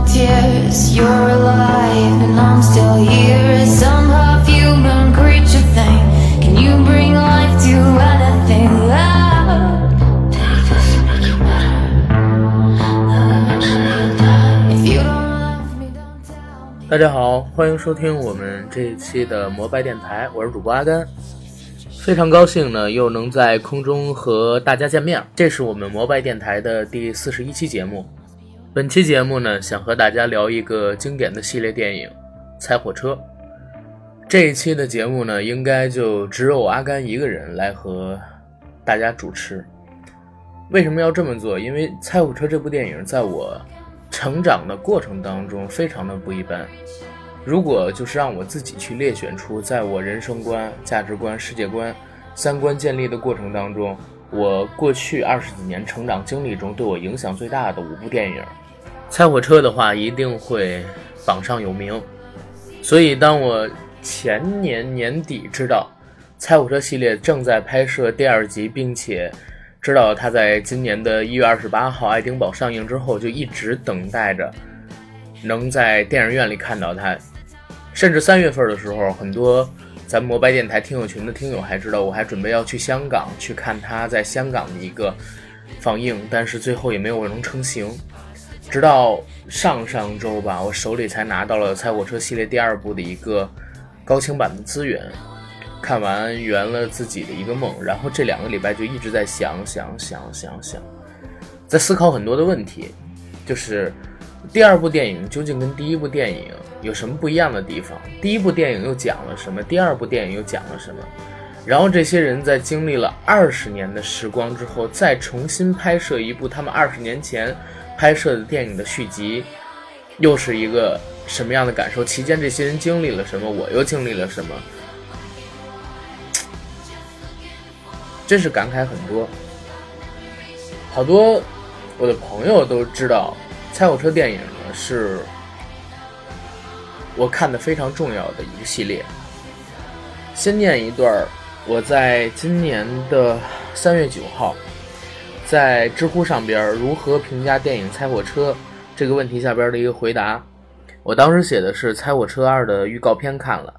tears. You're alive and I'm still here. Some half-human creature thing. Can you bring life to anything? Take this, make it better. Eventually you'll die. If you don't love me, don't tell me. 大家好，欢迎收听我们这一期的摩拜电台，我是主播阿甘。非常高兴呢，又能在空中和大家见面。这是我们摩拜电台的第41期节目。本期节目呢，想和大家聊一个经典的系列电影《猜火车》。这一期的节目呢，应该就只有阿甘一个人来和大家主持。为什么要这么做？因为《猜火车》这部电影在我成长的过程当中非常的不一般。如果就是让我自己去列选出在我人生观、价值观、世界观、三观建立的过程当中，我过去20几年成长经历中对我影响最大的5部电影，猜火车的话一定会榜上有名。所以当我前年年底知道猜火车系列正在拍摄第2集，并且知道它在今年的1月28号爱丁堡上映之后，就一直等待着能在电影院里看到它。甚至3月份的时候，很多咱们摩拜电台听友群的听友还知道，我还准备要去香港去看它在香港的一个放映，但是最后也没有能成行。直到上周吧，我手里才拿到了猜火车系列第2部的一个高清版的资源，看完圆了自己的一个梦，然后这2个礼拜就一直在想，在思考很多的问题，就是第2部电影究竟跟第1部电影有什么不一样的地方？第1部电影又讲了什么？第2部电影又讲了什么？然后这些人在经历了20年的时光之后，再重新拍摄一部他们20年前拍摄的电影的续集，又是一个什么样的感受？期间这些人经历了什么？我又经历了什么？真是感慨很多。好多我的朋友都知道猜火车电影呢是我看的非常重要的一个系列。先念一段我在今年的3月9号在知乎上边如何评价电影猜火车这个问题下边的一个回答。我当时写的是猜火车2的预告片看了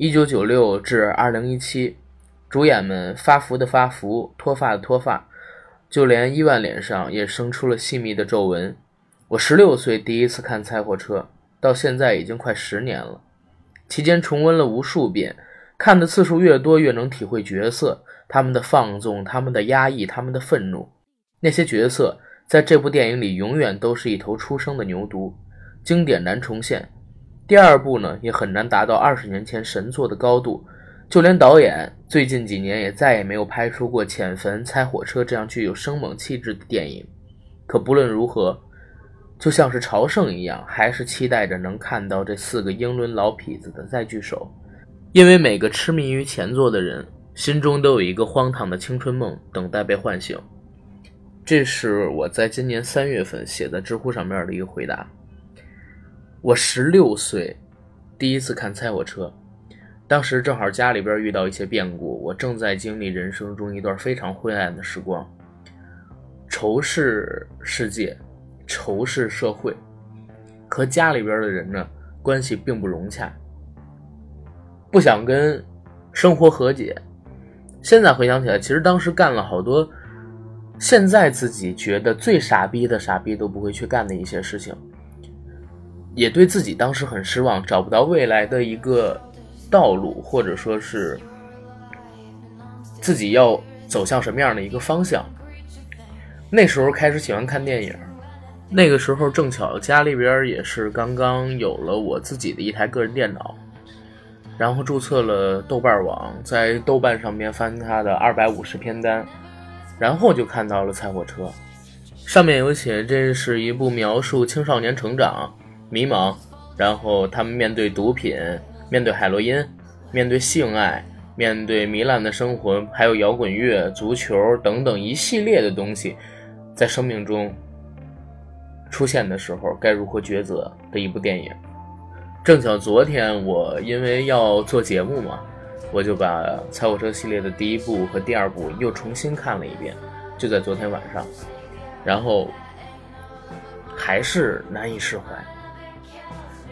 ，1996至2017，主演们发福的发福，脱发的脱发，就连伊万脸上也生出了细密的皱纹。我16岁第一次看猜火车，到现在已经快10年了，期间重温了无数遍，看的次数越多越能体会角色，他们的放纵，他们的压抑，他们的愤怒。那些角色在这部电影里永远都是一头出生的牛犊，经典难重现。第2部呢也很难达到20年前神作的高度，就连导演最近几年也再也没有拍出过浅坟、猜火车这样具有生猛气质的电影。可不论如何，就像是朝圣一样，还是期待着能看到这4个英伦老痞子的再聚首。因为每个痴迷于前作的人心中都有一个荒唐的青春梦等待被唤醒。这是我在今年3月份写在知乎上面的一个回答。我16岁第一次看猜火车，当时正好家里边遇到一些变故，我正在经历人生中一段非常灰暗的时光，仇视世界，仇视社会，和家里边的人呢关系并不融洽，不想跟生活和解。现在回想起来，其实当时干了好多现在自己觉得最傻逼的傻逼都不会去干的一些事情，也对自己当时很失望，找不到未来的一个道路，或者说是自己要走向什么样的一个方向。那时候开始喜欢看电影，那个时候正巧家里边也是刚刚有了我自己的一台个人电脑，然后注册了豆瓣网，在豆瓣上面翻它的250篇单，然后就看到了猜火车。上面有写这是一部描述青少年成长迷茫，然后他们面对毒品，面对海洛因，面对性爱，面对糜烂的生活，还有摇滚乐、足球等等一系列的东西在生命中出现的时候该如何抉择的一部电影。正巧昨天我因为要做节目嘛，我就把猜火车系列的第1部和第2部又重新看了一遍，就在昨天晚上，然后还是难以释怀。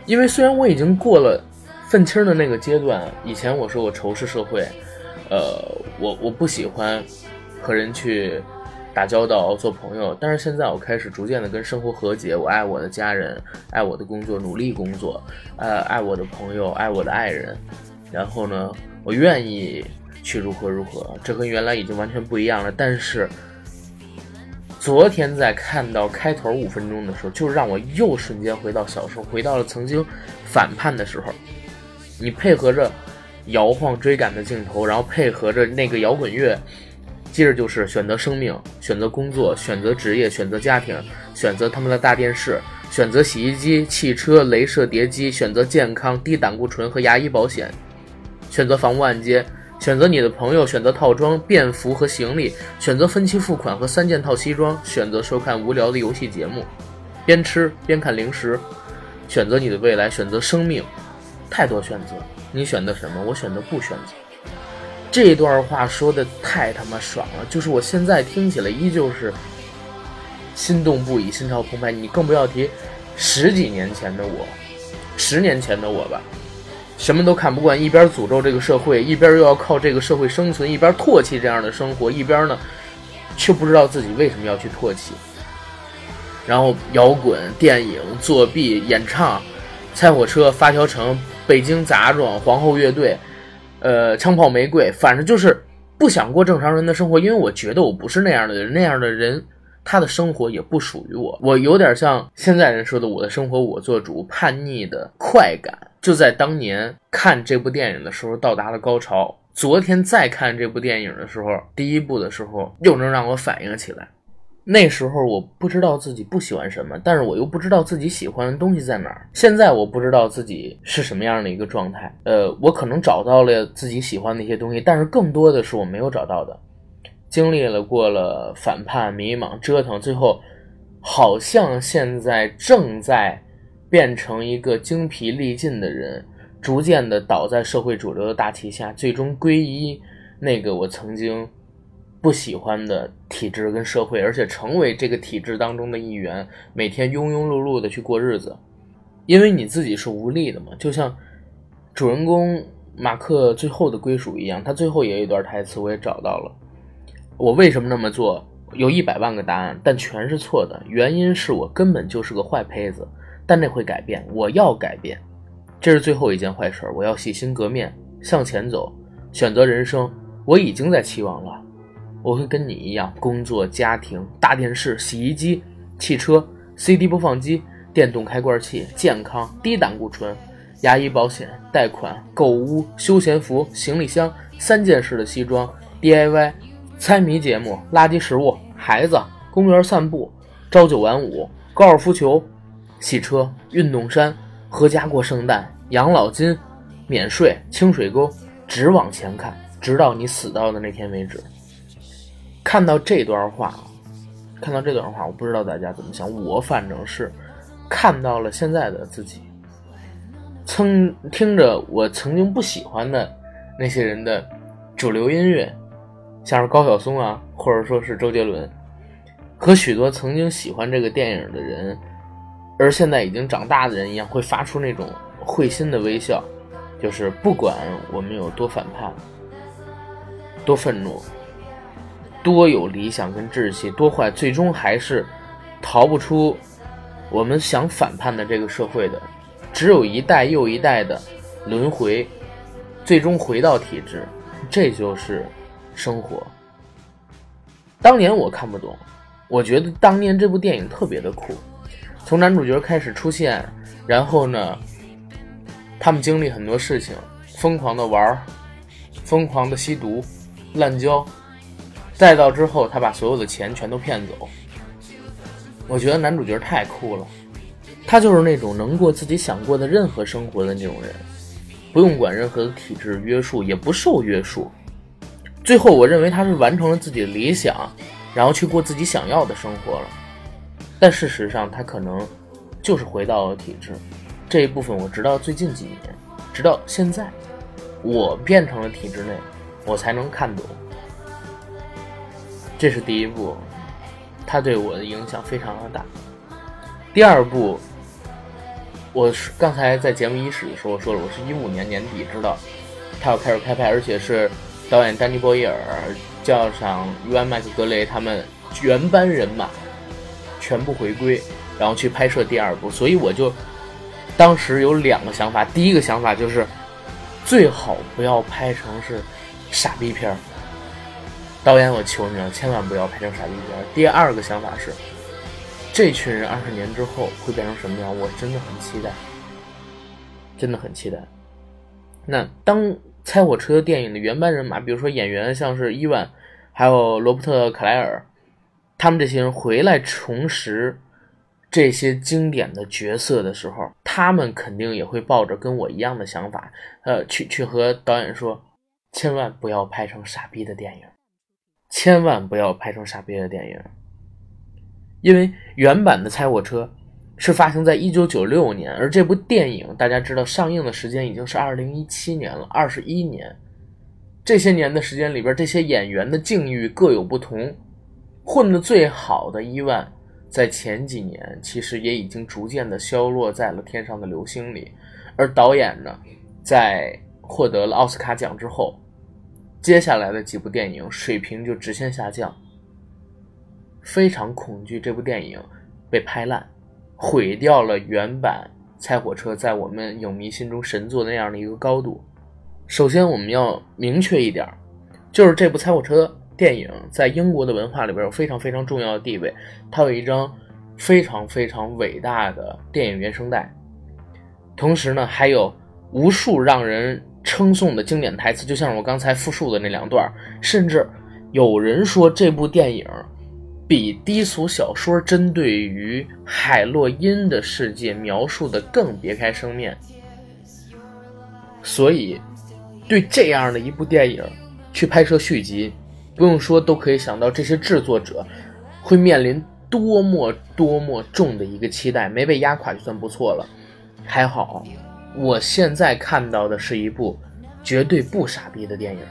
因为虽然我已经过了愤青的那个阶段，以前我说我仇视社会，我不喜欢和人去打交道做朋友，但是现在我开始逐渐的跟生活和解，我爱我的家人，爱我的工作，努力工作，爱我的朋友，爱我的爱人，然后呢我愿意去如何，这跟原来已经完全不一样了。但是昨天在看到开头5分钟的时候，就让我又瞬间回到小时候，回到了曾经反叛的时候。你配合着摇晃追赶的镜头，然后配合着那个摇滚乐，接着就是选择生命，选择工作，选择职业，选择家庭，选择他们的大电视，选择洗衣机、汽车、镭射碟机，选择健康、低胆固醇和牙医保险，选择房屋按揭，选择你的朋友，选择套装、便服和行李，选择分期付款和3件套西装，选择收看无聊的游戏节目，边吃边看零食，选择你的未来，选择生命。太多选择，你选择什么？我选择不选择。这段话说的太他妈爽了，就是我现在听起来依旧是心动不已，心潮澎湃。你更不要提10几年前的我，10年前的我吧，什么都看不惯，一边诅咒这个社会，一边又要靠这个社会生存，一边唾弃这样的生活，一边呢却不知道自己为什么要去唾弃。然后摇滚、电影、作弊、演唱、拆火车、发条城、北京杂种、皇后乐队，枪炮玫瑰，反正就是不想过正常人的生活，因为我觉得我不是那样的人，那样的人他的生活也不属于我。我有点像现在人说的我的生活我做主，叛逆的快感就在当年看这部电影的时候到达了高潮。昨天再看这部电影的时候，第一部的时候又能让我反应起来。那时候我不知道自己不喜欢什么，但是我又不知道自己喜欢的东西在哪儿。现在我不知道自己是什么样的一个状态，我可能找到了自己喜欢的一些东西，但是更多的是我没有找到的。经历了过了反叛、迷茫、折腾，最后好像现在正在变成一个精疲力尽的人，逐渐的倒在社会主流的大旗下，最终归依那个我曾经不喜欢的体制跟社会，而且成为这个体制当中的一员，每天庸庸碌碌的去过日子。因为你自己是无力的嘛，就像主人公马克最后的归属一样，他最后也有一段台词我也找到了，我为什么那么做，有100万个答案，但全是错的，原因是我根本就是个坏胚子，但那会改变，我要改变，这是最后一件坏事，我要洗心革面向前走，选择人生，我已经在期望了，我会跟你一样，工作、家庭、大电视、洗衣机、汽车、CD 播放机、电动开罐器、健康、低胆固醇、牙医保险、贷款、购物、休闲服、行李箱、3件式的西装、DIY、猜谜节目、垃圾食物、孩子、公园散步、朝九晚五、高尔夫球、洗车、运动衫、合家过圣诞、养老金、免税、清水沟，只往前看，直到你死到的那天为止。看到这段话，我不知道大家怎么想，我反正是看到了现在的自己，听着我曾经不喜欢的那些人的主流音乐，像是高晓松啊，或者说是周杰伦，和许多曾经喜欢这个电影的人，而现在已经长大的人一样，会发出那种会心的微笑，就是不管我们有多反叛，多愤怒，多有理想跟志气，多坏，最终还是逃不出我们想反叛的这个社会的，只有一代又一代的轮回，最终回到体制，这就是生活。当年我看不懂，我觉得当年这部电影特别的酷，从男主角开始出现，然后呢他们经历很多事情，疯狂的玩，疯狂的吸毒滥交，再到之后他把所有的钱全都骗走。我觉得男主角太酷了，他就是那种能过自己想过的任何生活的那种人，不用管任何的体制约束，也不受约束。最后我认为他是完成了自己的理想，然后去过自己想要的生活了，但事实上他可能就是回到了体制。这一部分我直到最近几年，直到现在我变成了体制内，我才能看懂。这是第一部，他对我的影响非常的大。第二部我刚才在节目伊始的时候说了，我是15年年底知道他要开始开拍，而且是导演丹尼·波伊尔叫上约翰·麦克格雷他们原班人马全部回归，然后去拍摄第二部。所以我就当时有2个想法，第一个想法就是最好不要拍成是傻逼片，导演我求你了，千万不要拍成傻逼片。第二个想法是这群人20年之后会变成什么样，我真的很期待，真的很期待。那当猜火车电影的原班人马，比如说演员像是伊万还有罗伯特·卡莱尔，他们这些人回来重拾这些经典的角色的时候，他们肯定也会抱着跟我一样的想法，去和导演说，千万不要拍成傻逼的电影，千万不要拍成傻逼的电影。因为原版的猜火车是发行在1996年，而这部电影大家知道上映的时间已经是2017年了，21年。这些年的时间里边，这些演员的境遇各有不同，混得最好的伊万在前几年其实也已经逐渐的消落在了天上的流星里，而导演呢，在获得了奥斯卡奖之后，接下来的几部电影水平就直线下降。非常恐惧这部电影被拍烂，毁掉了原版猜火车在我们影迷心中神作的那样的一个高度。首先我们要明确一点，就是这部猜火车电影在英国的文化里边有非常非常重要的地位，它有一张非常非常伟大的电影原声带，同时呢还有无数让人称颂的经典台词，就像我刚才复述的那2段，甚至有人说这部电影比低俗小说针对于海洛因的世界描述的更别开生面。所以对这样的一部电影去拍摄续集，不用说都可以想到这些制作者会面临多么重的一个期待，没被压垮就算不错了。还好我现在看到的是一部绝对不傻逼的电影。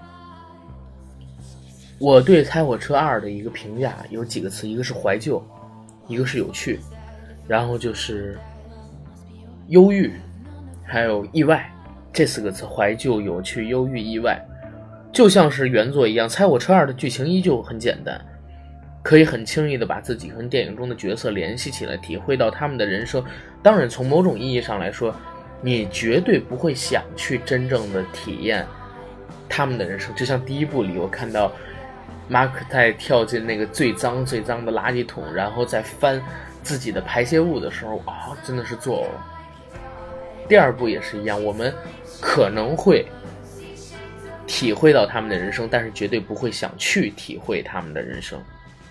我对猜火车2的一个评价有几个词，一个是怀旧，一个是有趣，然后就是忧郁，还有意外。这4个词，怀旧、有趣、忧郁、意外，就像是原作一样，猜火车2的剧情依旧很简单，可以很轻易的把自己和电影中的角色联系起来，体会到他们的人生。当然从某种意义上来说，你绝对不会想去真正的体验他们的人生。就像第1部里我看到马可泰跳进那个最脏的垃圾桶，然后再翻自己的排泄物的时候，真的是作呕。第2部也是一样，我们可能会体会到他们的人生，但是绝对不会想去体会他们的人生。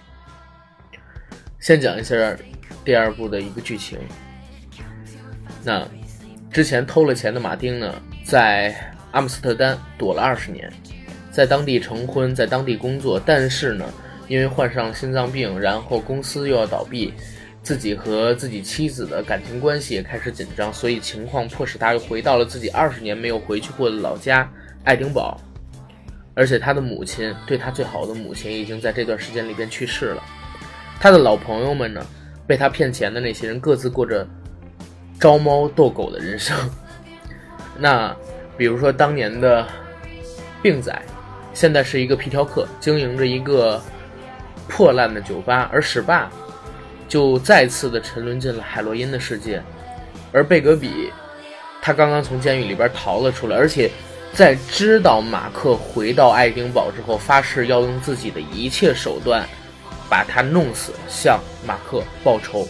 先讲一下第2部的一个剧情。那之前偷了钱的马丁呢，在阿姆斯特丹躲了20年，在当地成婚，在当地工作，但是呢，因为患上心脏病，然后公司又要倒闭，自己和自己妻子的感情关系也开始紧张，所以情况迫使他又回到了自己20年没有回去过的老家爱丁堡。而且他的母亲，对他最好的母亲，已经在这段时间里边去世了。他的老朋友们呢，被他骗钱的那些人各自过着招猫逗狗的人生。那比如说当年的病仔，现在是一个皮条客，经营着一个破烂的酒吧，而史霸就再次的沉沦进了海洛因的世界。而贝格比他刚刚从监狱里边逃了出来，而且在知道马克回到爱丁堡之后，发誓要用自己的一切手段把他弄死，向马克报仇。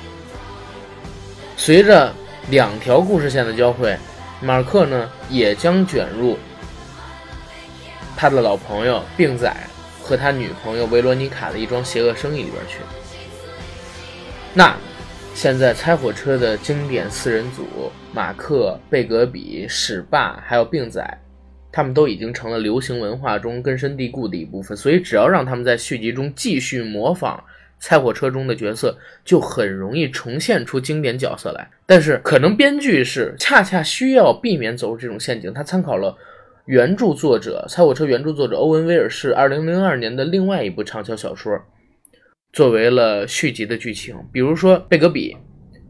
随着2条故事线的交汇，马克呢也将卷入他的老朋友病仔和他女朋友维罗妮卡的一桩邪恶生意里边去。那现在猜火车的经典4人组，马克、贝格比、史霸还有病仔，他们都已经成了流行文化中根深蒂固的一部分，所以只要让他们在续集中继续模仿猜火车中的角色，就很容易重现出经典角色来。但是可能编剧是恰恰需要避免走入这种陷阱，他参考了原著作者猜火车原著作者欧文威尔士2002年的另外一部畅销小说，作为了续集的剧情。比如说贝格比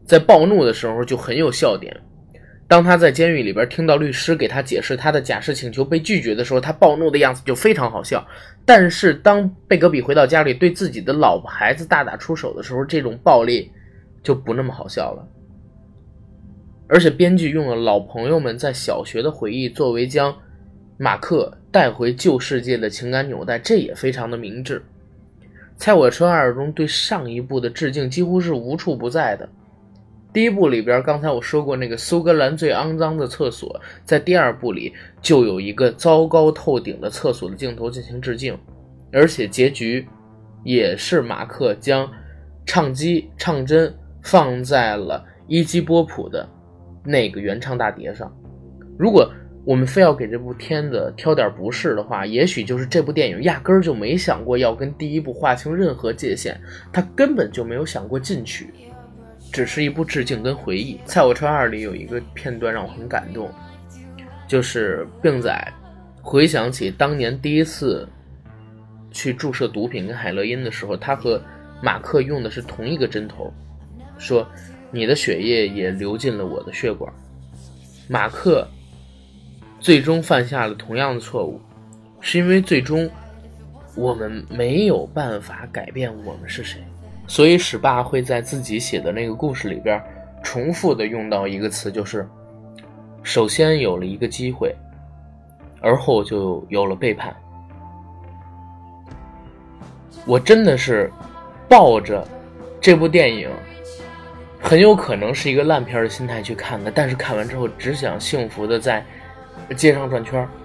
在暴怒的时候就很有笑点。当他在监狱里边听到律师给他解释他的假释请求被拒绝的时候，他暴怒的样子就非常好笑。但是当贝格比回到家里对自己的老婆孩子大打出手的时候，这种暴力就不那么好笑了。而且编剧用了老朋友们在小学的回忆作为将马克带回旧世界的情感纽带，这也非常的明智。猜我车2中对上一部的致敬几乎是无处不在的。第一部里边刚才我说过那个苏格兰最肮脏的厕所，在第二部里就有一个糟糕透顶的厕所的镜头进行致敬，而且结局也是马克将唱机唱针放在了伊基波普的那个原唱大碟上。如果我们非要给这部片子挑点不是的话，也许就是这部电影压根儿就没想过要跟第一部划清任何界限，他根本就没有想过进取，只是一部致敬跟回忆。《猜我车2》里有一个片段让我很感动，就是病仔回想起当年第一次去注射毒品跟海洛因的时候，他和马克用的是同一个针头，说你的血液也流进了我的血管。马克最终犯下了同样的错误，是因为最终我们没有办法改变我们是谁。所以史爸会在自己写的那个故事里边重复的用到一个词，就是首先有了一个机会，而后就有了背叛。我真的是抱着这部电影很有可能是一个烂片的心态去看的，但是看完之后只想幸福的在街上转圈。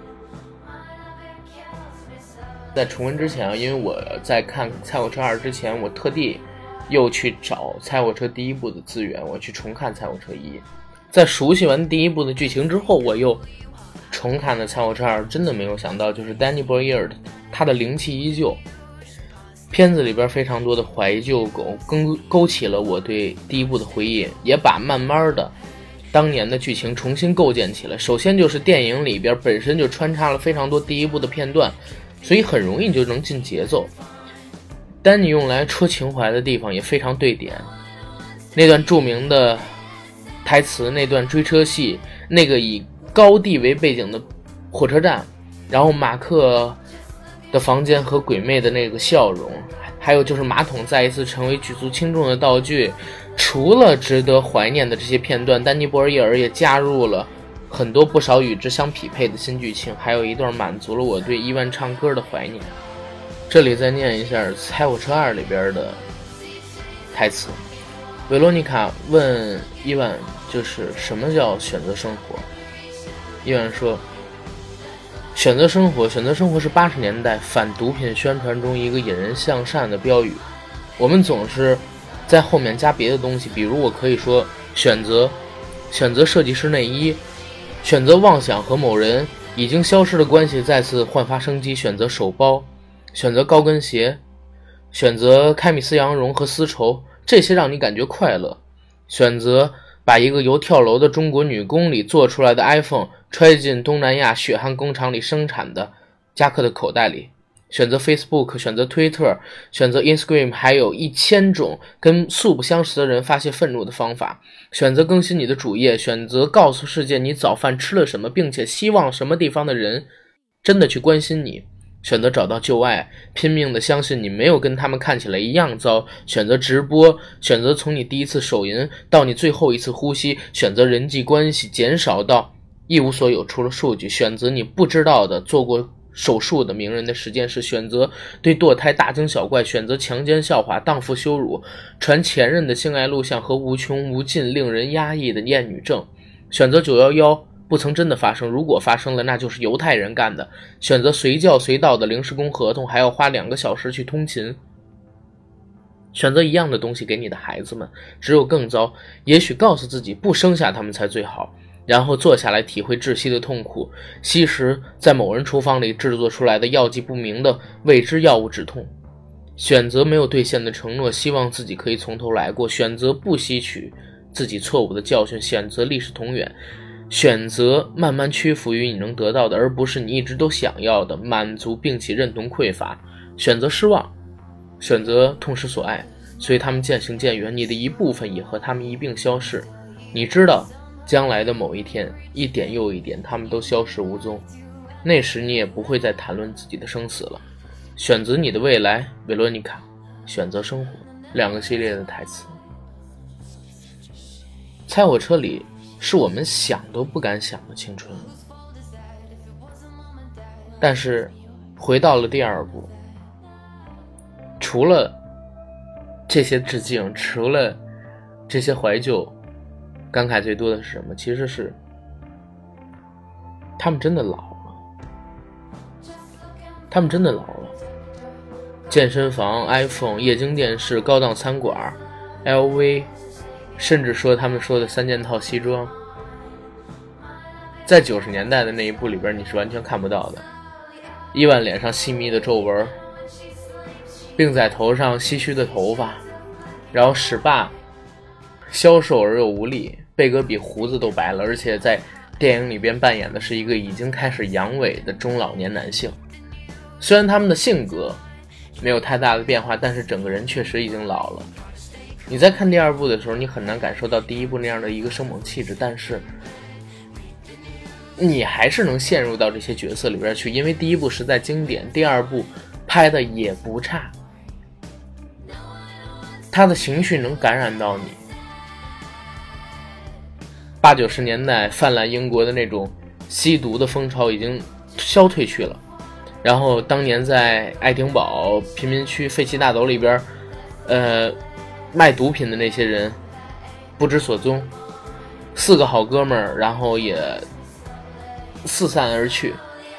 在重温之前，因为我在看《猜我车2》之前，我特地又去找《猜我车》第一部的资源，我去重看《猜我车1》。在熟悉完第一部的剧情之后，我又重看了《猜我车2》，真的没有想到，就是 Danny Boyle 他的灵气依旧。片子里边非常多的怀旧梗勾起了我对第一部的回忆，也把慢慢的当年的剧情重新构建起来。首先就是电影里边本身就穿插了非常多第一部的片段，所以很容易就能进节奏。丹尼用来戳情怀的地方也非常对点，那段著名的台词，那段追车戏，那个以高地为背景的火车站，然后马克的房间和鬼魅的那个笑容，还有就是马桶再一次成为举足轻重的道具。除了值得怀念的这些片段，丹尼·博尔伊尔也加入了很多不少与之相匹配的新剧情，还有一段满足了我对伊万唱歌的怀念。这里再念一下《猜我车2》里边的台词。维罗妮卡问伊万，就是什么叫选择生活？伊万说，选择生活是80年代反毒品宣传中一个引人向善的标语。我们总是在后面加别的东西，比如我可以说选择设计师内衣，选择妄想和某人已经消失的关系再次焕发生机，选择手包，选择高跟鞋，选择开米丝羊绒和丝绸，这些让你感觉快乐。选择把一个由跳楼的中国女工里做出来的 iPhone 揣进东南亚血汗工厂里生产的夹克的口袋里。选择 Facebook， 选择 Twitter， 选择 Instagram， 还有1000种跟素不相识的人发泄愤怒的方法。选择更新你的主页，选择告诉世界你早饭吃了什么，并且希望什么地方的人真的去关心你。选择找到旧爱，拼命的相信你没有跟他们看起来一样糟。选择直播，选择从你第一次手淫到你最后一次呼吸。选择人际关系减少到一无所有，除了数据。选择你不知道的做过手术的名人的实践室。选择对堕胎大惊小怪，选择强奸笑话、荡妇羞辱、传前任的性爱录像和无穷无尽令人压抑的厌女症。选择911不曾真的发生，如果发生了那就是犹太人干的。选择随叫随到的临时工合同，还要花2个小时去通勤。选择一样的东西给你的孩子们，只有更糟。也许告诉自己不生下他们才最好，然后坐下来体会窒息的痛苦，吸食在某人厨房里制作出来的药剂不明的未知药物止痛。选择没有兑现的承诺，希望自己可以从头来过。选择不吸取自己错误的教训，选择历史同源。选择慢慢屈服于你能得到的，而不是你一直都想要的满足并且认同匮乏。选择失望，选择痛失所爱， 所以他们渐行渐远，你的一部分也和他们一并消逝。你知道将来的某一天，一点又一点他们都消失无踪，那时你也不会再谈论自己的生死了。选择你的未来，维罗妮卡，选择生活，2个系列的台词。猜火车里是我们想都不敢想的青春，但是回到了第2部，除了这些致敬，除了这些怀旧，感慨最多的是什么？其实是他们真的老了，他们真的老了。健身房、iPhone、液晶电视、高档餐馆、LV， 甚至说他们说的3件套西装，在90年代的那一部里边你是完全看不到的。伊万脸上细密的皱纹，并在头上唏嘘的头发，然后史霸消瘦而又无力，贝格比胡子都白了，而且在电影里边扮演的是一个已经开始阳痿的中老年男性。虽然他们的性格没有太大的变化，但是整个人确实已经老了。你在看第2部的时候，你很难感受到第1部那样的一个生猛气质，但是你还是能陷入到这些角色里边去，因为第1部实在经典，第2部拍的也不差，他的情绪能感染到你。80、90年代泛滥英国的那种吸毒的风潮已经消退去了，然后当年在爱丁堡贫民区废弃大楼里边卖毒品的那些人不知所踪，4个好哥们儿然后也四散而去。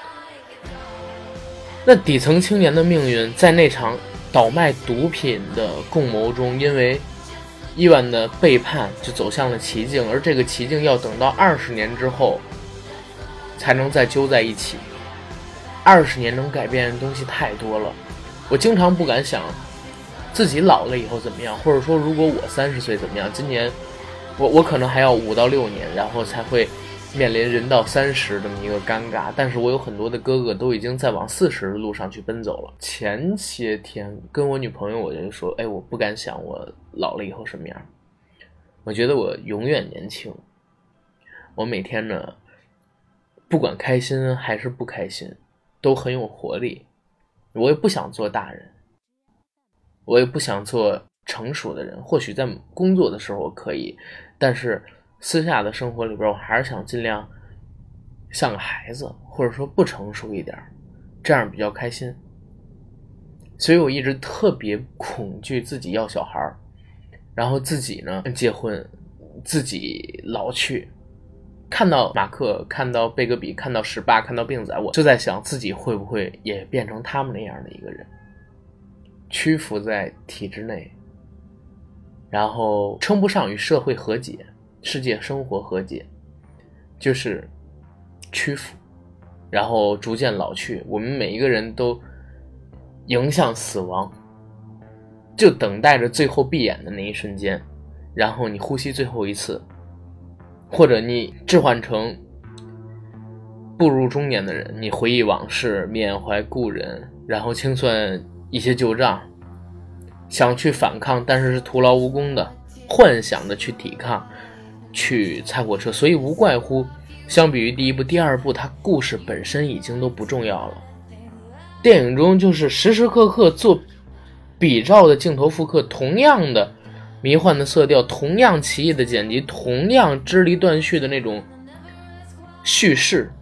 那底层青年的命运在那场倒卖毒品的共谋中，因为伊万的背叛就走向了奇境，而这个奇境要等到20年之后才能再揪在一起。20年能改变的东西太多了，我经常不敢想自己老了以后怎么样，或者说如果我30岁怎么样。今年我可能还要5到6年，然后才会面临人到30这么一个尴尬，但是我有很多的哥哥都已经在往40的路上去奔走了。前些天跟我女朋友我就说，我不敢想我老了以后什么样，我觉得我永远年轻。我每天呢，不管开心还是不开心都很有活力。我也不想做大人，我也不想做成熟的人，或许在工作的时候我可以，但是私下的生活里边我还是想尽量像个孩子，或者说不成熟一点，这样比较开心。所以我一直特别恐惧自己要小孩，然后自己呢结婚，自己老去。看到马克，看到贝格比，看到史巴，看到病仔，我就在想自己会不会也变成他们那样的一个人，屈服在体制内，然后称不上与社会和解，世界生活和解，就是屈服，然后逐渐老去。我们每一个人都迎向死亡，就等待着最后闭眼的那一瞬间，然后你呼吸最后一次，或者你置换成步入中年的人，你回忆往事，缅怀故人，然后清算一些旧账，想去反抗，但是是徒劳无功的，幻想的去抵抗，去猜火车。所以无怪乎相比于第1部、第2部，它故事本身已经都不重要了。电影中就是时时刻刻做比照的镜头复刻，同样的迷幻的色调，同样奇异的剪辑，同样支离断续的那种叙事，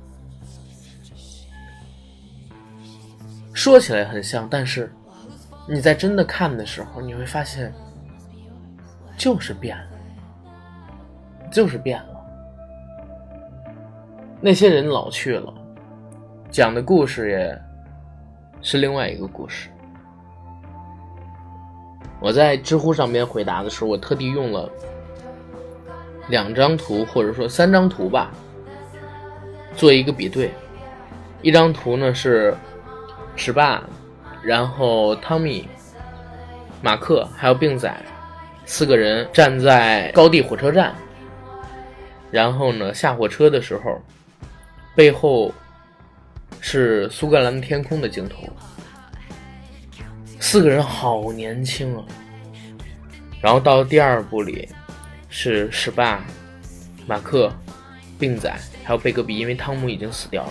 说起来很像，但是你在真的看的时候，你会发现就是变了，就是变了。那些人老去了，讲的故事也是另外一个故事。我在知乎上边回答的时候，我特地用了2张图，或者说3张图吧，做一个比对。一张图呢是史巴，然后汤米、马克还有病仔4个人站在高地火车站，然后呢下火车的时候，背后是苏格兰天空的镜头。4个人好年轻啊， 然后到第二部里是史巴、马克、病仔还有贝格比，因为汤姆已经死掉了。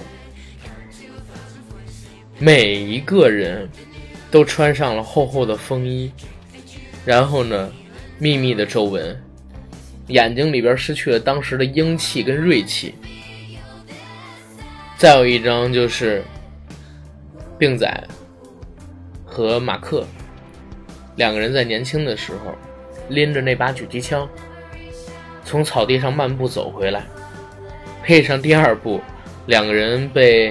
每一个人都穿上了厚厚的风衣，然后呢密密的皱纹，眼睛里边失去了当时的英气跟锐气。再有一张就是病仔和马克两个人在年轻的时候拎着那把狙击枪从草地上漫步走回来，配上第二部两个人被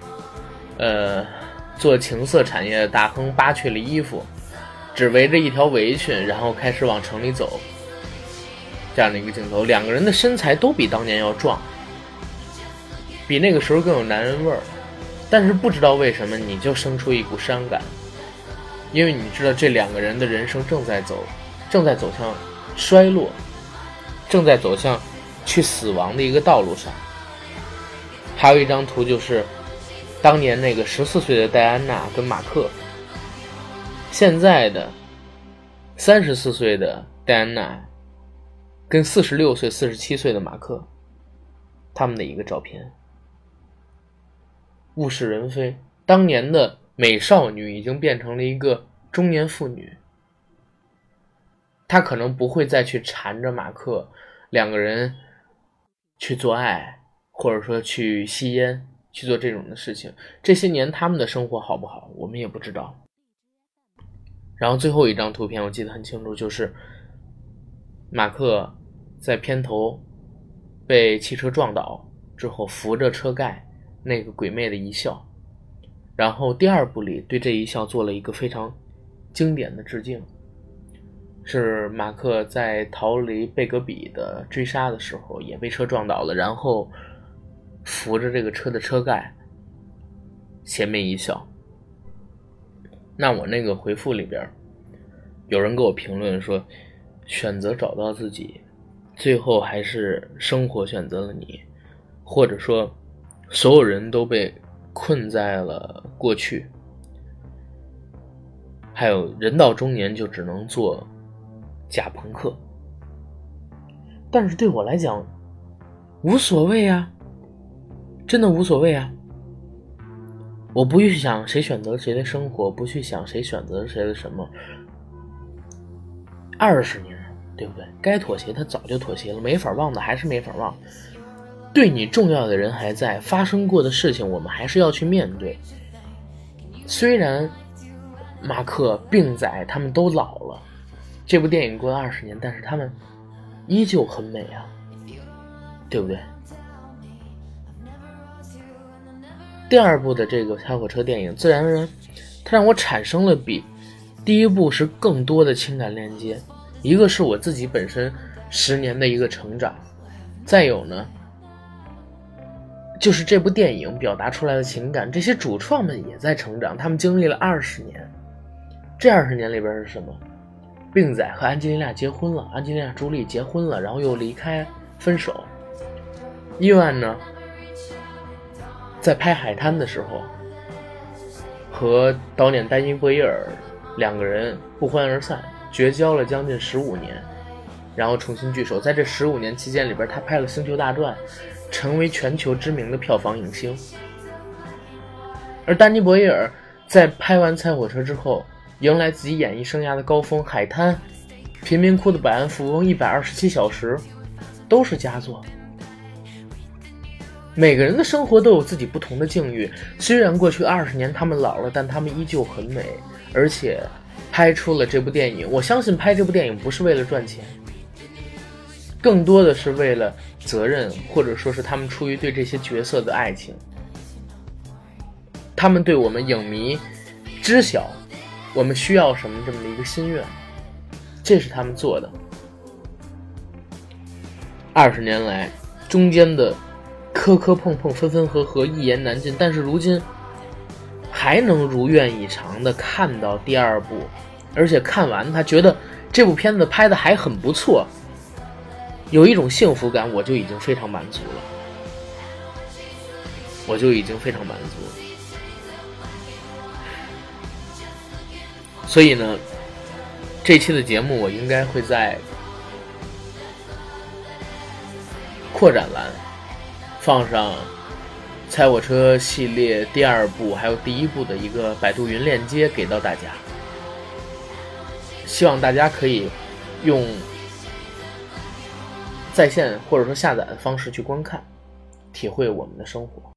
做情色产业的大亨扒去了衣服，只围着一条围裙，然后开始往城里走，这样的一个镜头。两个人的身材都比当年要壮，比那个时候更有男人味儿，但是不知道为什么你就生出一股伤感，因为你知道这两个人的人生正在走向衰落，正在走向去死亡的一个道路上。还有一张图就是当年那个14岁的戴安娜跟马克，现在的34岁的戴安娜跟46岁47岁的马克，他们的一个照片。物是人非，当年的美少女已经变成了一个中年妇女，她可能不会再去缠着马克两个人去做爱，或者说去吸烟，去做这种的事情。这些年他们的生活好不好我们也不知道。然后最后一张图片我记得很清楚，就是马克在片头被汽车撞倒之后扶着车盖那个鬼魅的一笑，然后第二部里对这一笑做了一个非常经典的致敬，是马克在逃离贝格比的追杀的时候也被车撞倒了，然后扶着这个车的车盖邪魅一笑。那我那个回复里边有人给我评论说，选择找到自己，最后还是生活选择了你，或者说所有人都被困在了过去，还有人到中年就只能做假朋克。但是对我来讲无所谓啊，真的无所谓啊。我不去想谁选择谁的生活，不去想谁选择谁的什么。20年，对不对？该妥协他早就妥协了，没法忘的还是没法忘。对你重要的人还在，发生过的事情我们还是要去面对。虽然马克、病仔他们都老了，这部电影过了20年，但是他们依旧很美啊，对不对？第二部的这个开火车电影，自然而然它让我产生了比第一部是更多的情感链接。一个是我自己本身10年的一个成长，再有呢就是这部电影表达出来的情感，这些主创们也在成长，他们经历了20年。这20年里边是什么？病仔和安吉丽娜结婚了，安吉丽娜朱莉结婚了，然后又离开分手。伊万呢在拍海滩的时候和导演丹尼·博伊尔两个人不欢而散，绝交了将近15年，然后重新聚首。在这15年期间里边，他拍了《星球大战》，成为全球知名的票房影星。而丹尼·博伊尔在拍完《猜火车》之后，迎来自己演艺生涯的高峰，《海滩》、《贫民窟的百万富翁》、127小时，都是佳作。每个人的生活都有自己不同的境遇，虽然过去20年他们老了，但他们依旧很美，而且拍出了这部电影。我相信拍这部电影不是为了赚钱，更多的是为了责任，或者说是他们出于对这些角色的爱情，他们对我们影迷知晓我们需要什么这么的一个心愿，这是他们做的。20年来中间的磕磕碰碰、分分合合、一言难尽，但是如今还能如愿以偿的看到第二部，而且看完他觉得这部片子拍的还很不错，有一种幸福感，我就已经非常满足了，所以呢， 这期的节目我应该会在扩展栏放上猜我车系列第2部还有第1部的一个百度云链接给到大家，希望大家可以用在线或者说下载的方式去观看，体会我们的生活。